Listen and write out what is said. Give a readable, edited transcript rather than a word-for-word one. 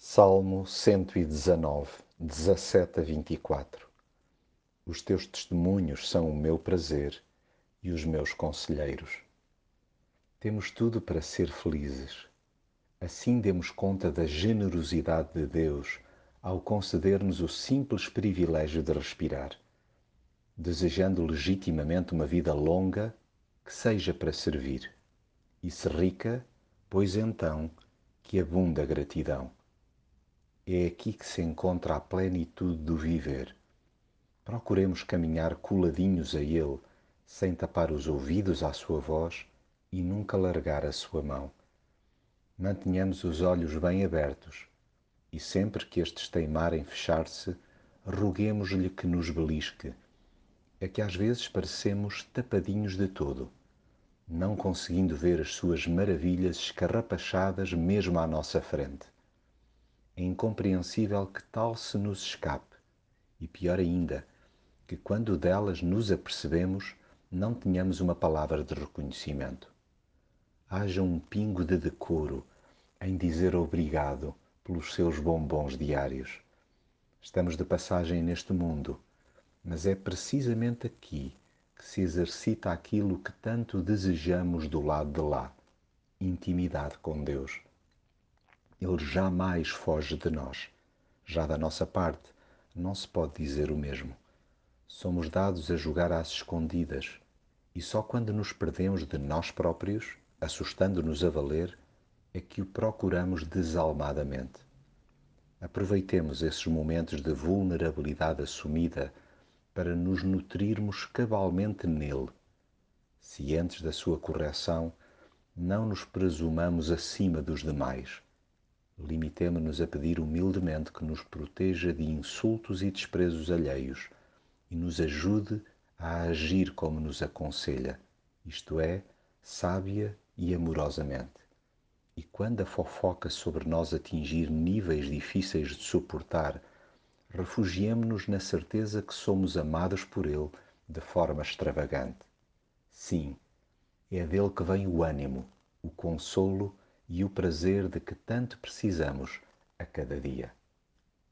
Salmo 119, 17 a 24. Os teus testemunhos são o meu prazer e os meus conselheiros. Temos tudo para ser felizes. Assim demos conta da generosidade de Deus ao conceder-nos o simples privilégio de respirar, desejando legitimamente uma vida longa que seja para servir, e se rica, pois então que abunda a gratidão. É aqui que se encontra a plenitude do viver. Procuremos caminhar coladinhos a Ele, sem tapar os ouvidos à sua voz e nunca largar a sua mão. Mantenhamos os olhos bem abertos e sempre que estes teimarem fechar-se, roguemos-lhe que nos belisque. É que às vezes parecemos tapadinhos de todo, não conseguindo ver as suas maravilhas escarrapachadas mesmo à nossa frente. É incompreensível que tal se nos escape, e pior ainda, que quando delas nos apercebemos, não tenhamos uma palavra de reconhecimento. Haja um pingo de decoro em dizer obrigado pelos seus bombons diários. Estamos de passagem neste mundo, mas é precisamente aqui que se exercita aquilo que tanto desejamos do lado de lá: intimidade com Deus. Ele jamais foge de nós. Já da nossa parte, não se pode dizer o mesmo. Somos dados a jogar às escondidas, e só quando nos perdemos de nós próprios, assustando-nos a valer, é que o procuramos desalmadamente. Aproveitemos esses momentos de vulnerabilidade assumida para nos nutrirmos cabalmente nele. Cientes da sua correção, não nos presumamos acima dos demais. Limitemo-nos a pedir humildemente que nos proteja de insultos e desprezos alheios e nos ajude a agir como nos aconselha, isto é, sábia e amorosamente. E quando a fofoca sobre nós atingir níveis difíceis de suportar, refugiemo-nos na certeza que somos amados por Ele de forma extravagante. Sim, é dele que vem o ânimo, o consolo e o prazer de que tanto precisamos a cada dia.